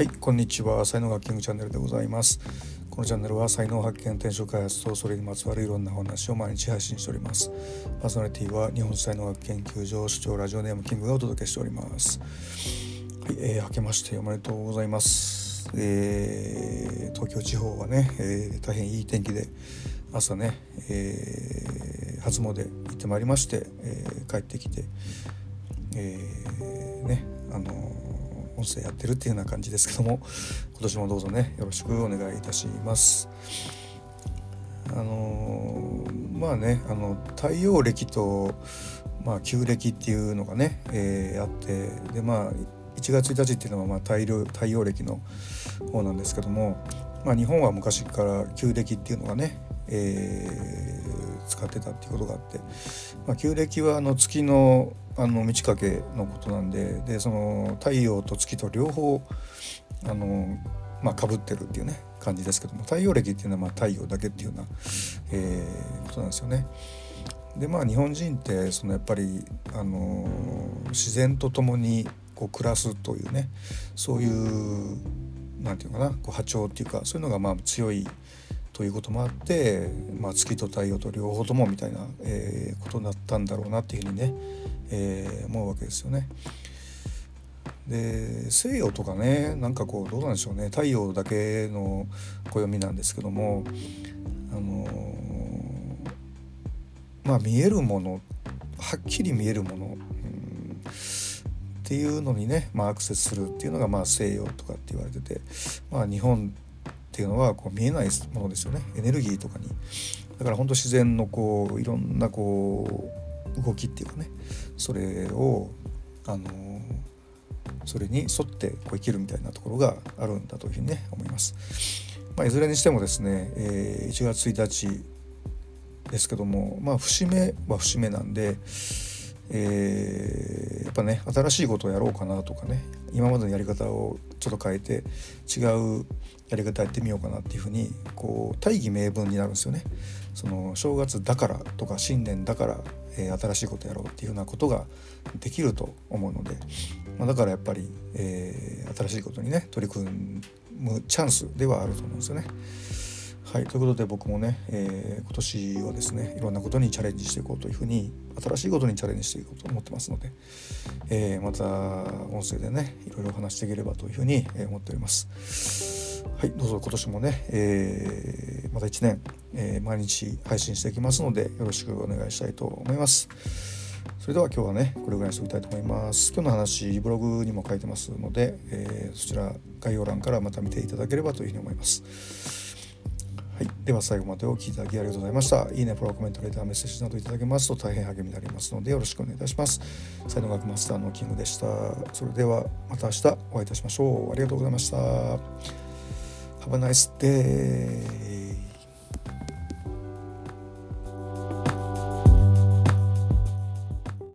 はい、こんにちは。才能学キングチャンネルでございます。このチャンネルは才能発見、転職開発とそれにまつわるいろんなお話を毎日配信しております。パーソナリティは日本才能学研究所所長ラジオネームキングがお届けしております。はい、明けましておめでとうございます。東京地方はね、大変いい天気で朝ね、初詣行ってまいりまして、帰ってきて、音声やってるっていうような感じですけども、今年もどうぞねよろしくお願いいたします。太陽暦と、旧暦っていうのがね、あって、で1月1日っていうのは太陽暦の方なんですけども、日本は昔から旧暦っていうのがね、使ってたっていうことがあって、旧暦は月の満ち欠けのことなんで、その太陽と月と両方被ってるっていうね感じですけども、太陽暦っていうのは太陽だけっていうような、ことなんですよね。で日本人ってやっぱり自然と共に暮らすというね、そういうなんていうかな波長っていうか、そういうのが強いということもあって、月と太陽と両方ともみたいな、ことだったんだろうなっていうふうにね、思うわけですよね。で西洋とかね、どうなんでしょうね、太陽だけの暦なんですけども、見えるもの、はっきり見えるもの、っていうのにね、アクセスするっていうのが西洋とかって言われてて、日本っていうのは見えないものですよね、エネルギーとかに。だから本当自然のいろんな動きっていうかね、それをそれに沿って生きるみたいなところがあるんだというふうにね思います。いずれにしてもですね、1月1日ですけども、節目は節目なんで、やっぱね新しいことをやろうかなとかね、今までのやり方をちょっと変えて違うやり方やってみようかなっていうふうに大義名分になるんですよね。その正月だからとか新年だから、新しいことやろうっていうふうなことができると思うので、だからやっぱり、新しいことにね取り組むチャンスではあると思うんですよね。はい、ということで僕もね、今年はですねいろんなことにチャレンジしていこうというふうに、新しいことにチャレンジしていこうと思ってますので、また音声でねいろいろ話していければというふうに思っております。はい、どうぞ今年もね、また1年、毎日配信していきますのでよろしくお願いしたいと思います。それでは今日はねこれぐらいにしておきたいと思います。今日の話ブログにも書いてますので、そちら概要欄からまた見ていただければというふうに思います。はい、では最後までお聞きいただきありがとうございました。いいね、フォロー、コメント、レター、メッセージなどいただけますと大変励みになりますのでよろしくお願いいたします。才能学マスターのキングでした。それではまた明日お会いいたしましょう。ありがとうございました。Have a nice day.